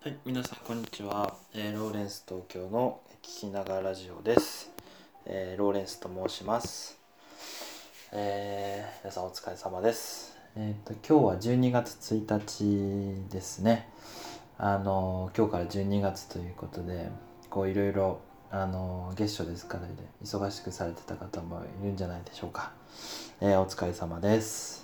はい、皆さんこんにちは、ローレンス東京の聞きながらラジオです、ローレンスと申します、皆さんお疲れ様です。今日は12月1日ですね。今日から12月ということでいろいろ月初ですから忙しくされてた方もいるんじゃないでしょうか。お疲れ様です。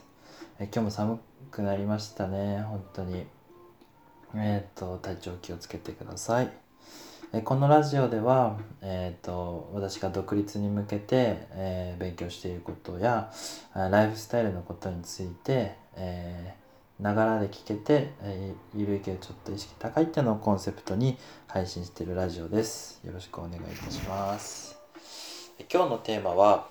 今日も寒くなりましたね。本当に体調気をつけてください。このラジオでは、私が独立に向けて、勉強していることやライフスタイルのことについて、ながらで聞けて、ゆるいけどちょっと意識高いっていうのをコンセプトに配信しているラジオです。よろしくお願いいたします。今日のテーマは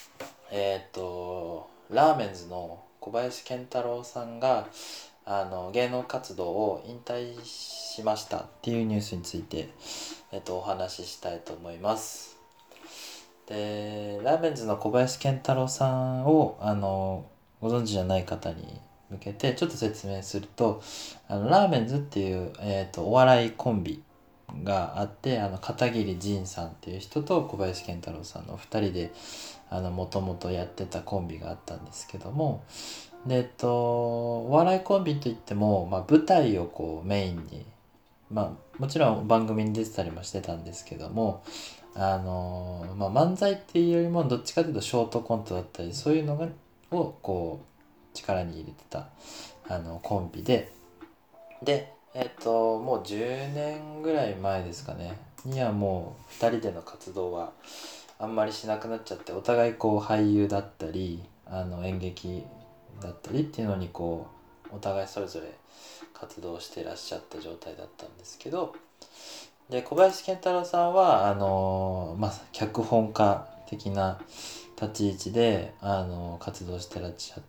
ラーメンズの小林賢太郎さんが芸能活動を引退しましたっていうニュースについて、お話ししたいと思います。で、ラーメンズの小林賢太郎さんをご存知じゃない方に向けてちょっと説明すると、ラーメンズっていう、お笑いコンビがあって、片桐仁さんっていう人と小林賢太郎さんの2人でもともとやってたコンビがあったんですけども、でお笑いコンビといっても、舞台をメインに、もちろん番組に出てたりもしてたんですけども、漫才っていうよりもどっちかというとショートコントだったりそういうのを力に入れてたコンビでもう10年ぐらい前ですかねにはもう2人での活動はあんまりしなくなっちゃって、お互い俳優だったり演劇だったりっていうのにお互いそれぞれ活動してらっしゃった状態だったんですけど、で小林賢太郎さんは脚本家的な立ち位置で活動してらっしゃって、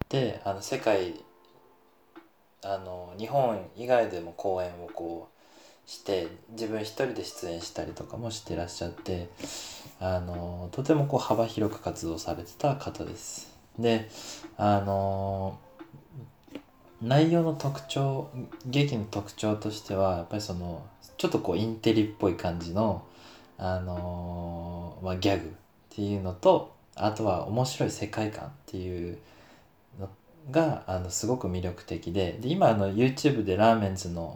世界日本以外でも公演をして自分一人で出演したりとかもしてらっしゃって、とても幅広く活動されてた方です。で内容の特徴、劇の特徴としてはやっぱりちょっとインテリっぽい感じのギャグっていうのと、あとは面白い世界観っていうのがすごく魅力的で、今YouTube でラーメンズの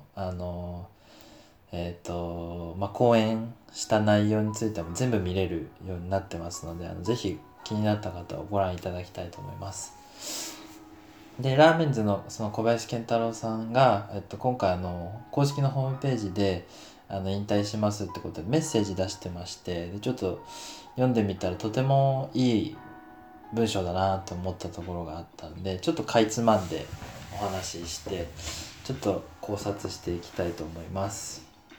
講演した内容についても全部見れるようになってますので、ぜひ気になった方はご覧いただきたいと思います。でラーメンズのその小林賢太郎さんが、今回公式のホームページで引退しますってことでメッセージ出してまして、でちょっと読んでみたらとてもいい文章だなと思ったところがあったんで、ちょっとかいつまんでお話ししてちょっと考察していきたいと思います。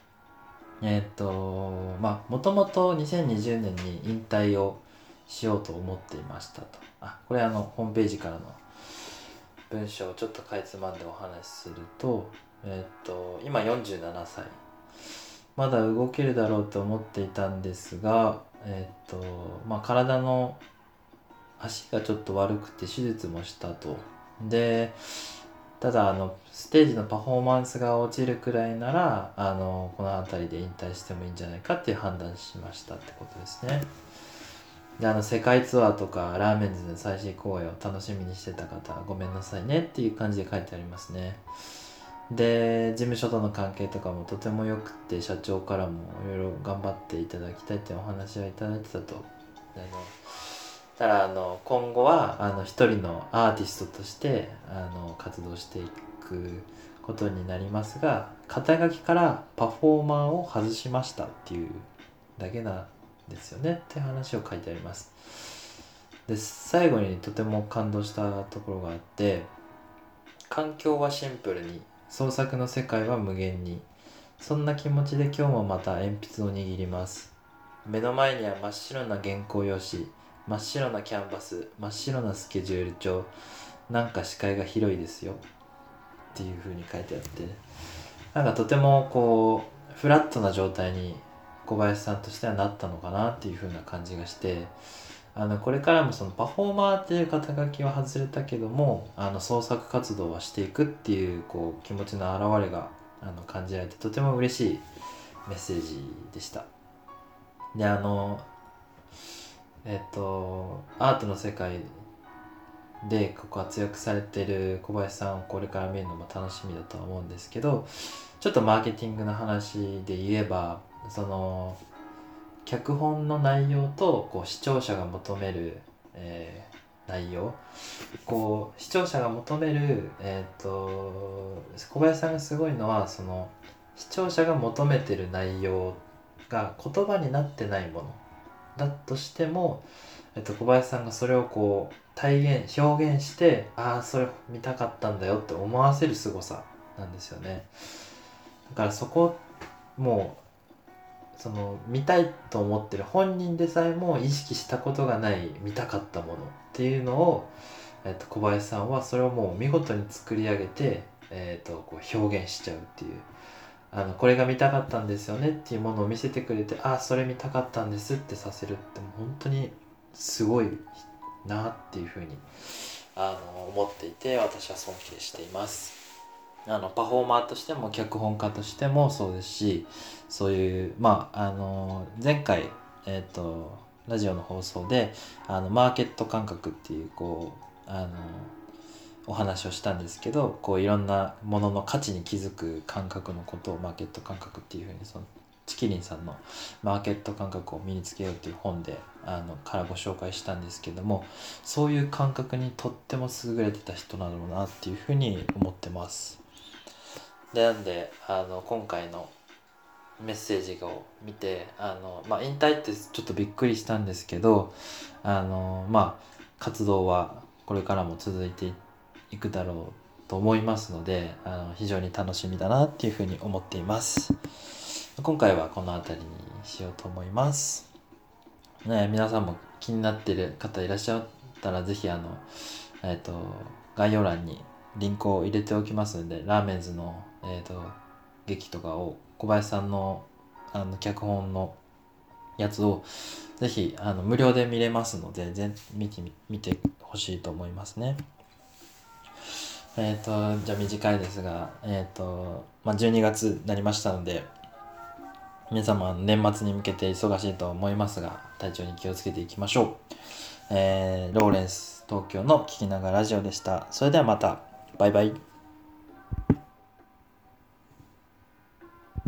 もともと2020年に引退をしようと思っていましたと。これホームページからの文章をちょっとかいつまんでお話しすると、今47歳、まだ動けるだろうと思っていたんですが、体の足がちょっと悪くて手術もしたと。でただステージのパフォーマンスが落ちるくらいならこの辺りで引退してもいいんじゃないかっていう判断しましたってことですね。で世界ツアーとかラーメンズの最新公演を楽しみにしてた方はごめんなさいねっていう感じで書いてありますね。で事務所との関係とかもとてもよくて、社長からもいろいろ頑張っていただきたいってお話はいただいてたと。ただ今後は一人のアーティストとして活動していくことになりますが、肩書きからパフォーマーを外しましたっていうだけなんですよねって話を書いてあります。で最後にとても感動したところがあって、環境はシンプルに、創作の世界は無限に、そんな気持ちで今日もまた鉛筆を握ります。目の前には真っ白な原稿用紙、真っ白なキャンバス、真っ白なスケジュール帳、なんか視界が広いですよっていう風に書いてあって、なんかとてもフラットな状態に小林さんとしてはなったのかなっていう風な感じがして、これからもそのパフォーマーっていう肩書きは外れたけども創作活動はしていくっていう気持ちの表れが感じられてとても嬉しいメッセージでした。でアートの世界でご活躍されている小林さんをこれから見るのも楽しみだとは思うんですけど、ちょっとマーケティングの話で言えば、その脚本の内容とこう視聴者が求める、内容、こう視聴者が求める、小林さんがすごいのは、その視聴者が求めてる内容が言葉になってないものだとしても、小林さんがそれをこう体現表現して、ああそれ見たかったんだよって思わせる凄さなんですよね。だからそこ、もうその見たいと思ってる本人でさえも意識したことがない見たかったものっていうのを、小林さんはそれをもう見事に作り上げて、こう表現しちゃうっていう、これが見たかったんですよねっていうものを見せてくれて、ああそれ見たかったんですってさせるって、もう本当にすごいなっていうふうに思っていて、私は尊敬しています。パフォーマーとしても脚本家としてもそうですし、そういう前回ラジオの放送でマーケット感覚っていうお話をしたんですけど、こういろんなものの価値に気づく感覚のことをマーケット感覚っていうふうに、そのチキリンさんのマーケット感覚を身につけようという本でからご紹介したんですけども、そういう感覚にとっても優れてた人なのなっていうふうに思ってます。でなんで今回のメッセージを見て引退ってちょっとびっくりしたんですけど、活動はこれからも続いていくだろうと思いますので、非常に楽しみだなっていうふうに思っています。今回はこの辺りにしようと思います。皆さんも気になっている方いらっしゃったら、ぜひ概要欄にリンクを入れておきますので、ラーメンズの、劇とかを小林さんの脚本のやつをぜひ無料で見れますので、見てほしいと思いますね。じゃあ短いですが、12月になりましたので、皆様年末に向けて忙しいと思いますが、体調に気をつけていきましょう。ローレンス東京の聞きながらラジオでした。それではまた。バイバイ。